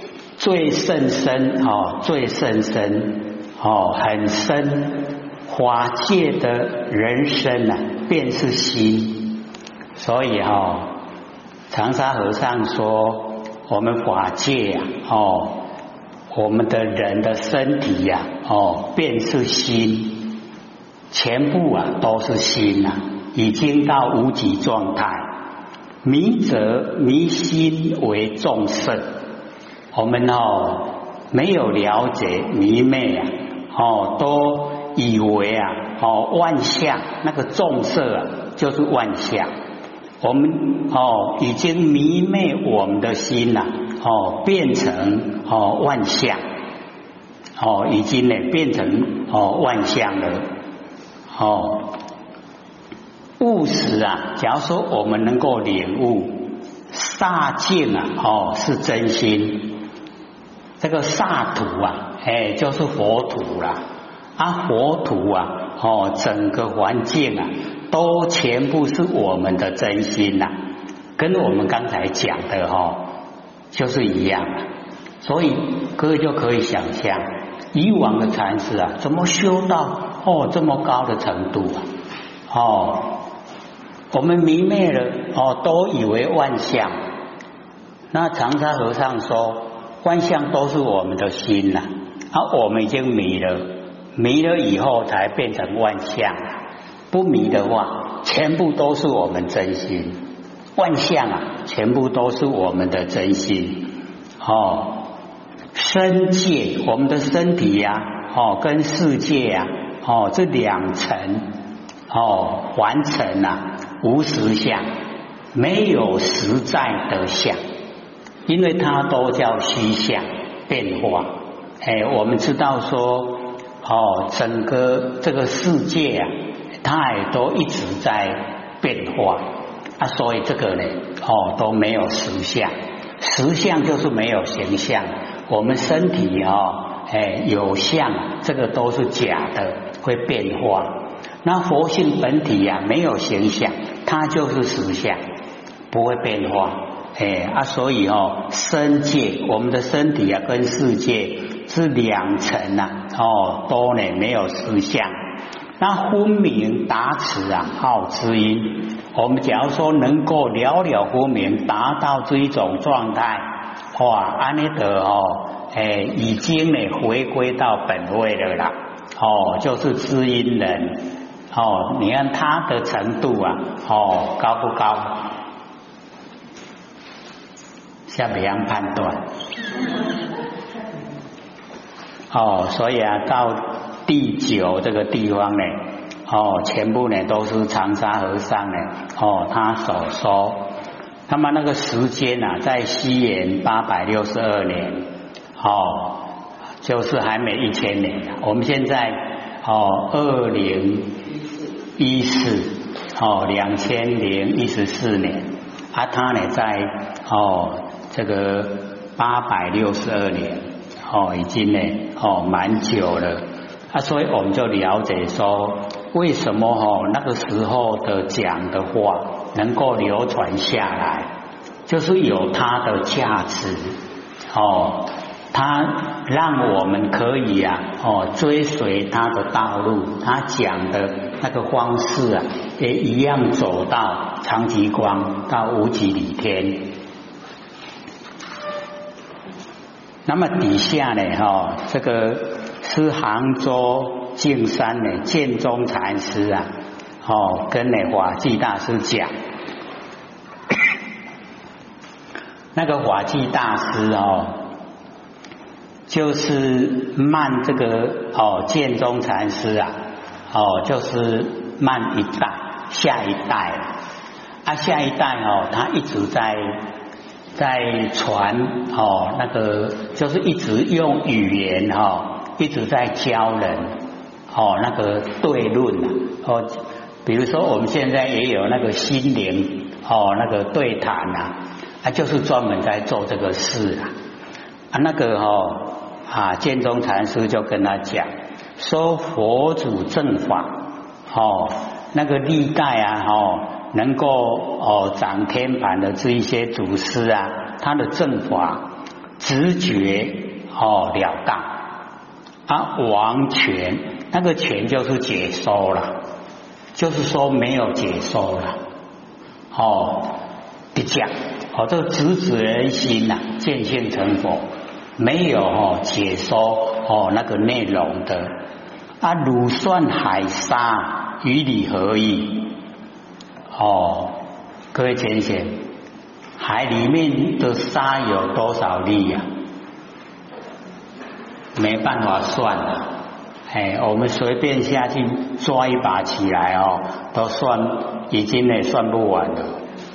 最甚深最甚深很深法界的人生啊，便是心。所以长沙和尚说，我们法界我们的人的身体呀便是心，全部都是心已经到无极状态。迷则迷心为众生，我们没有了解迷昧都以为万象那个众色就是万象。我们已经迷昧我们的心变成万象已经变成万象了务实假如说我们能够领悟刹境是真心，这个刹土就是佛土啦佛土整个环境都全部是我们的真心跟我们刚才讲的就是一样所以各位就可以想象，以往的禅师怎么修到这么高的程度我们迷昧了都以为万象。那长沙和尚说，万象都是我们的心我们已经迷了以后才变成万象，不迷的话全部都是我们真心，万象全部都是我们的真心身界我们的身体跟世界这两层完成无实相，没有实在的相，因为它都叫虚相变化我们知道说整个这个世界它也都一直在变化所以这个呢都没有实相，实相就是没有形象。我们身体有相，这个都是假的，会变化。那佛性本体没有形象，它就是实相，不会变化所以身界我们的身体跟世界是两层都呢没有实相。那分明达此好知音，我们假如说能够了了分明，达到这一种状态安尼的已经呢回归到本位了啦就是知音人你看他的程度高不高？下面样判断所以到第9这个地方呢全部呢都是长沙和尚呢他所说。那么那个时间在西元862年就是还没1000年我们现在2014年他呢在这个862年已经呢蛮久了所以我们就了解说，为什么那个时候的讲的话能够流传下来，就是有它的价值它让我们可以追随它的道路，它讲的那个方式也一样走到长极光，到无极里天。那么底下呢这个是杭州径山呢建宗禅师跟法济大师讲，那个法济大师就是慢这个建宗禅师就是慢一代下一代下一代他一直在传那个就是一直用语言一直在教人那个对论比如说我们现在也有那个心灵那个对谈就是专门在做这个事那个建宗禅师就跟他讲说，佛祖正法那个历代能够掌天盘的这一些祖师他的正法直觉了当啊，王权那个权就是解脱了，就是说没有解脱了的讲这个直指人心呐，见性成佛，没有解说那个内容的啊，汝算海沙与你何异？各位浅显，海里面的沙有多少粒呀？没办法算了，我们随便下去抓一把起来都算已经也算不完了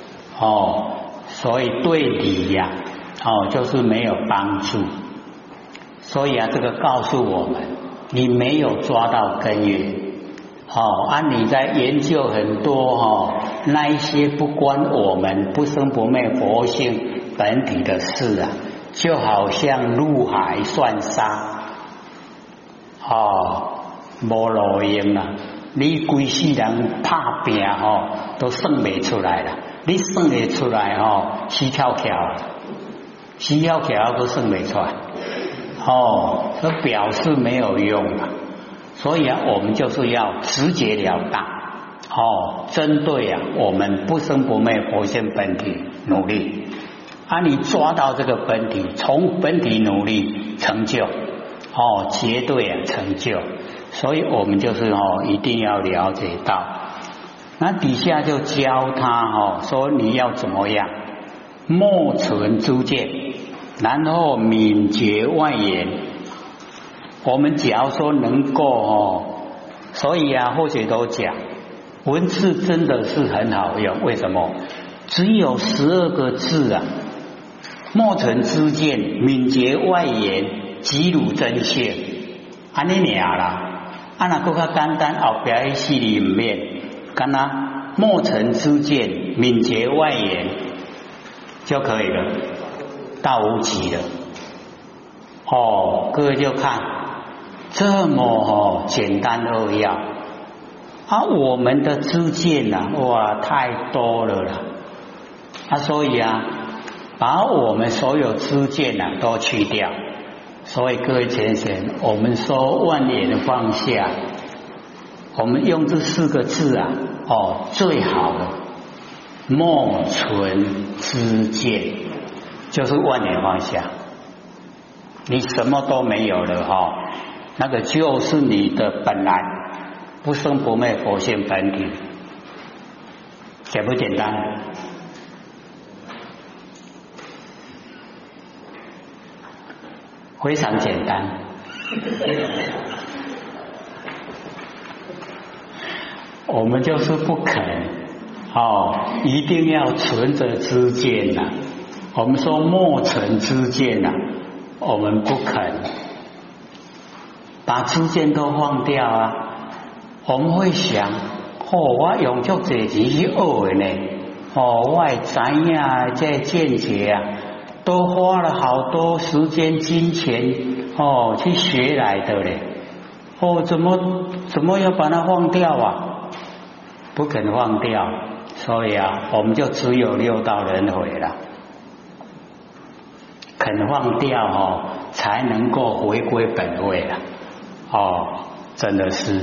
所以对理呀就是没有帮助。所以这个告诉我们，你没有抓到根源你在研究很多那一些不关我们不生不灭佛性本体的事就好像入海算沙没路用啦，你规世人打拼都算不出来了，你算得出来死翘翘都算不出来这表示没有用所以我们就是要直截了当针对我们不生不灭佛性本体努力你抓到这个本体，从本体努力成就绝对成就。所以我们就是一定要了解到，那底下就教他说你要怎么样莫存诸见，然后敏觉外缘。我们假如说能够所以或许都讲文字真的是很好用，为什么？只有12个字莫存诸见，敏觉外缘，即汝真性，安尼尔啦。那更加简单，后边四字唔免，干那莫存诸见，敏觉外缘就可以了，到无极了。各位就看这么简单扼要我们的知见哇太多了啦所以把我们所有知见都去掉。所以各位浅显，我们说万缘放下，我们用这4个字最好的莫存知见，就是万缘放下。你什么都没有了那个就是你的本来不生不灭佛性本体，简不简单？非常简单我们就是不肯一定要存着知见我们说莫存知见我们不肯把知见都放掉我们会想我用足多钱去学的呢我会知影这见解都花了好多时间金钱去学来的嘞怎么要把它放掉不肯放掉，所以我们就只有6道轮回了。肯放掉才能够回归本位了真的是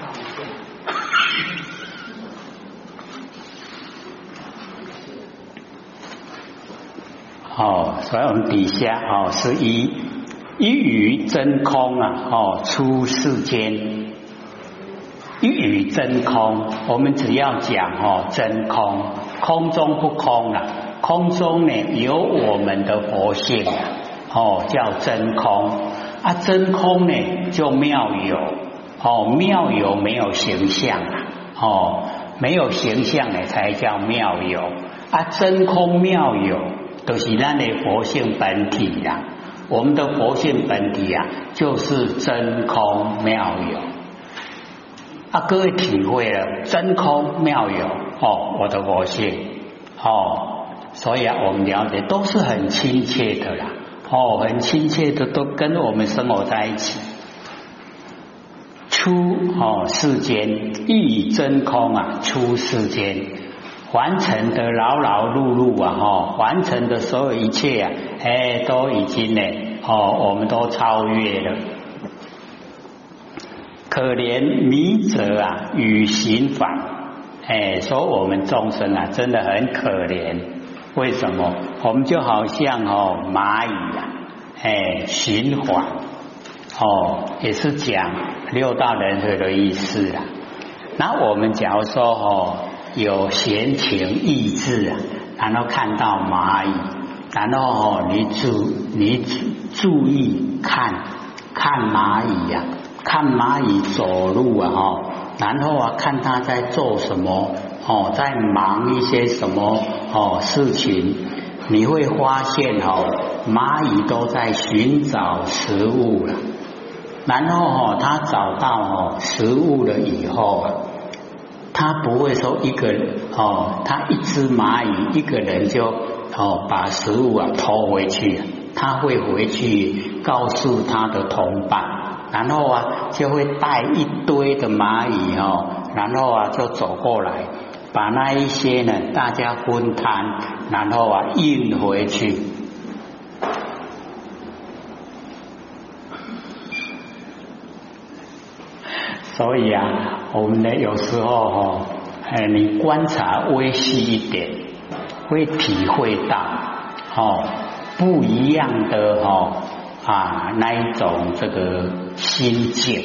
所以我们底下是一语真空出世间，一语真空，我们只要讲真空，空中不空空中呢有我们的佛性叫真空真空呢就妙有妙有没有形象没有形象呢才叫妙有真空妙有都是咱的佛性本体我们的佛性本体就是真空妙有各位体会了真空妙有我的佛性所以我们了解都是很亲切的很亲切的都跟我们生活在一起。出世间一真空出世间， 完成的劳劳碌碌啊，完成的所有一切啊，都已经呢，我们都超越了。可怜迷者啊，与行返，说我们众生啊，真的很可怜。为什么？我们就好像蚂蚁啊，行返，也是讲六道轮回的意思啊。那我们假如说有闲情逸致啊，然后看到蚂蚁，然后你注意看蚂蚁呀，看蚂蚁走路啊，然后啊看它在做什么在忙一些什么事情，你会发现蚂蚁都在寻找食物了。然后它找到食物了以后啊，它不会说一个它一只蚂蚁一个人就把食物啊偷回去，它会回去告诉它的同伴，然后啊就会带一堆的蚂蚁然后啊就走过来，把那一些呢大家分摊，然后啊运回去。所以啊，我们呢有时候你观察微细一点，会体会到不一样的那一种这个心境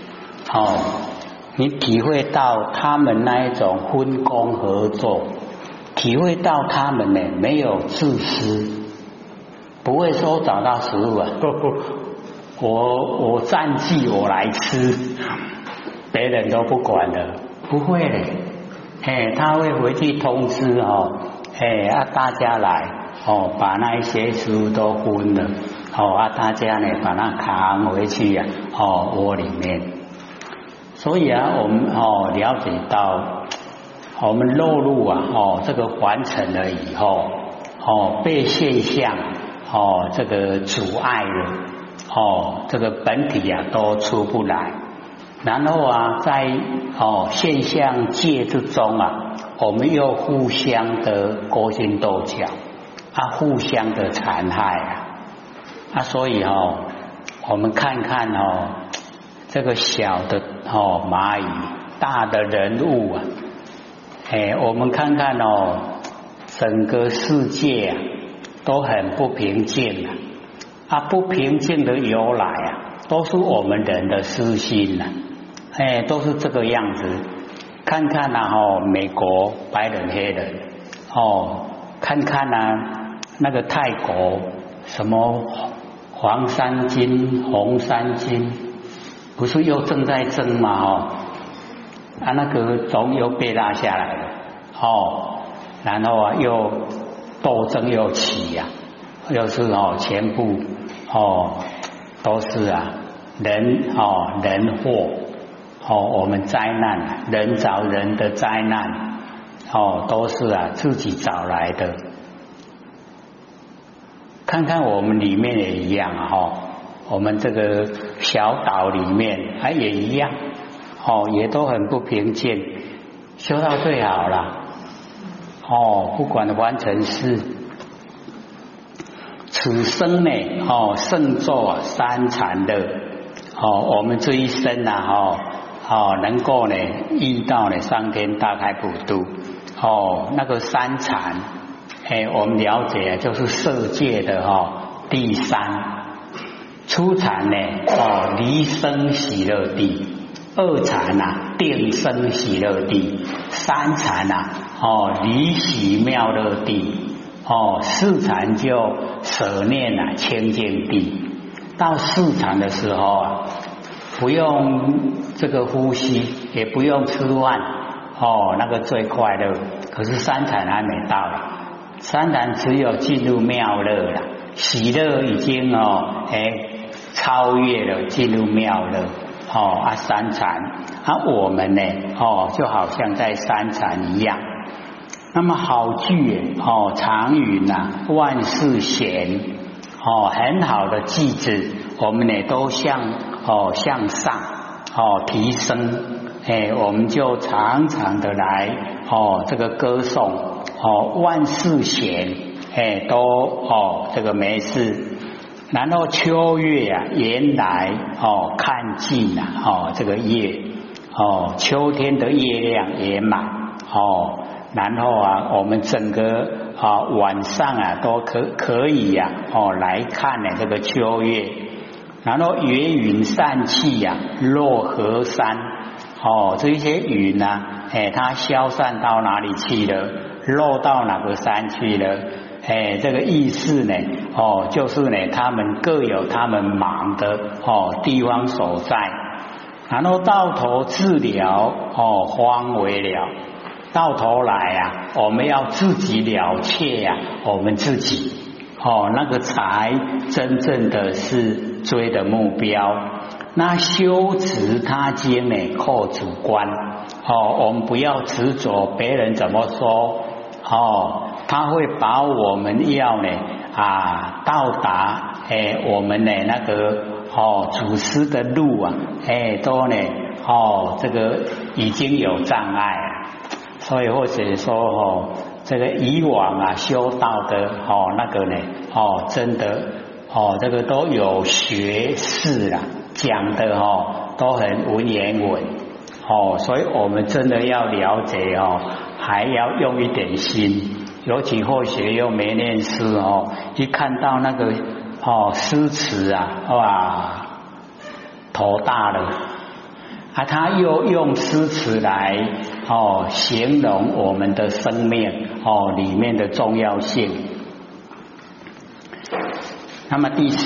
你体会到他们那一种分工合作，体会到他们呢没有自私，不会说找到食物啊，我占据我来吃。别人都不管的，不会的，他会回去通知大家来把那一些食物都分了大家呢把它扛回去窝里面。所以啊，我们了解到，我们落入这个完成了以后被现象这个阻碍了这个本体啊都出不来。然后啊，在现象界之中啊，我们又互相的勾心斗角互相的残害所以我们看看这个小的蚂蚁，大的人物啊，我们看看整个世界都很不平静不平静的由来都是我们人的私心都是这个样子。看看美国白人黑人看看那个泰国什么黄衫军红衫军，不是又正在争吗那个总又被拉下来了然后又斗争又起又是全部都是人祸我们灾难，人找人的灾难都是自己找来的。看看我们里面也一样我们这个小岛里面也一样也都很不平静。修到最好了不管完成事，此生呢胜作三禅乐我们这一生能够呢遇到呢上天大开普度那个三禅我们了解就是色界的第三。初禅呢离生喜乐地，二禅定生喜乐地，三禅离喜妙乐地四禅就舍念清净地。到四禅的时候不用这个呼吸，也不用吃饭那个最快乐。可是三禅还没到三禅只有进入妙乐了，喜乐已经超越了进入妙乐三禅我们呢就好像在三禅一样。那么好句常云万事闲很好的句子，我们呢都向上提升，我们就常常的来这个歌颂万事闲，都这个没事。然后秋月啊，原来看尽啊，这个夜秋天的月亮也满然后啊，我们整个晚上啊都可以呀来看呢这个秋月。然后月云散去呀，落河山这些云啊，它消散到哪里去了？落到哪个山去了？这个意思呢就是呢他们各有他们忙的地方所在。然后到头自了方为了，到头来啊我们要自己了却啊我们自己那个才真正的是追的目标。那修持他经呢扣主观我们不要执着别人怎么说他会把我们要呢到达我们的那个祖师的路啊都呢这个已经有障碍所以或者说这个以往啊修道的那个呢真的这个都有学识啦，讲的都很文言文所以我们真的要了解还要用一点心。尤其后学又没念诗一看到那个诗词啊，哇，头大了他又用诗词来形容我们的生命里面的重要性。那么第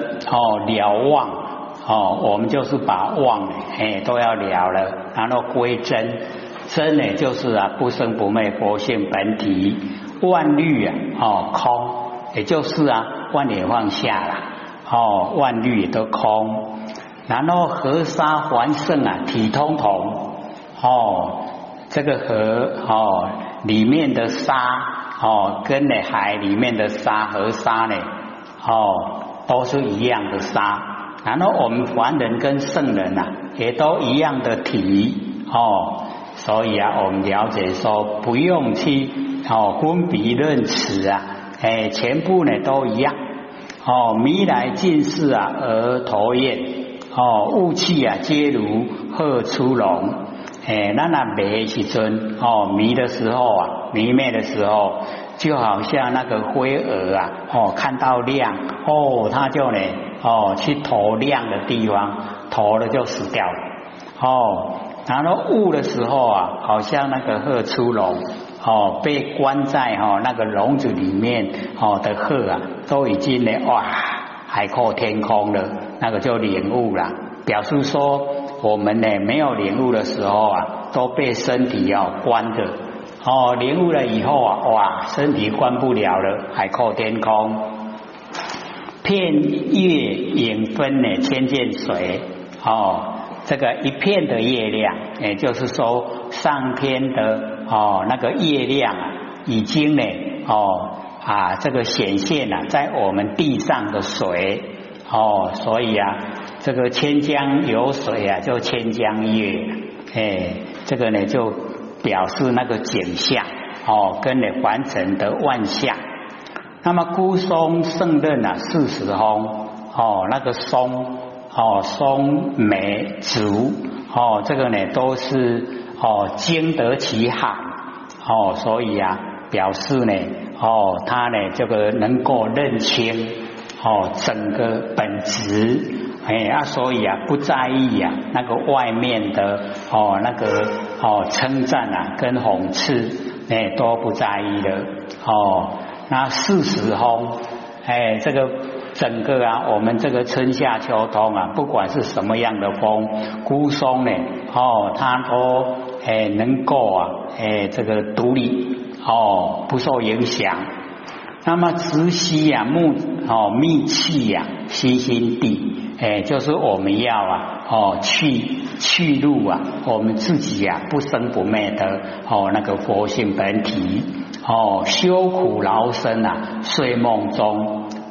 12了忘我们就是把忘都要了了，然后归真。真呢就是不生不灭佛性本体，万虑空，也就是万也放下了万虑也都空。然后河沙环胜体通同这个河里面的沙跟呢海里面的沙河沙呢都是一样的沙。然后我们凡人跟圣人也都一样的体所以我们了解说不用去分别论词全部呢都一样迷来尽是而头厌雾气皆如鹤出笼那迷时阵迷的时候迷昧的时候，就好像那个灰蛾看到亮它就呢去投亮的地方，投了就死掉了然后雾的时候好像那个鹤出笼被关在那个笼子里面的鹤都已经呢海阔天空了，那个就领悟了。表示说我们呢没有领悟的时候都被身体关着领悟了以后哇，身体关不了了，海阔天空。片月影分呢千涧水这个一片的月亮，也就是说上天的那个月亮已经呢这个显现了在我们地上的水所以这个千江有水就千江月这个呢就表示那个景象跟呢凡尘的万象。那么孤松胜任40峰那个松松梅竹这个呢都是经得其海所以表示呢他呢这个能够认清整个本质所以不在意那个外面的那个称赞跟讽刺都不在意的那40峰这个整个我们这个春夏秋冬不管是什么样的风，孤松呢它都能够这个独立不受影响。那么直息密气息心地就是我们要去入我们自己不生不灭的那个佛性本体修苦劳身睡梦中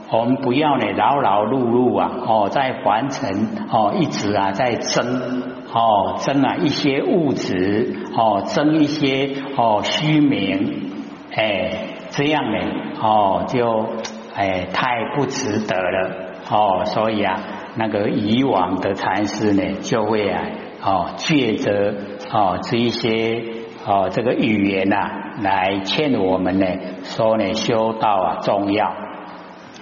我们不要呢劳劳碌碌啊在凡尘一直在争一些物质争一些虚名，这样呢就太不值得了所以那个以往的禅师呢就会借着这一些这个语言来劝我们呢说呢修道重要。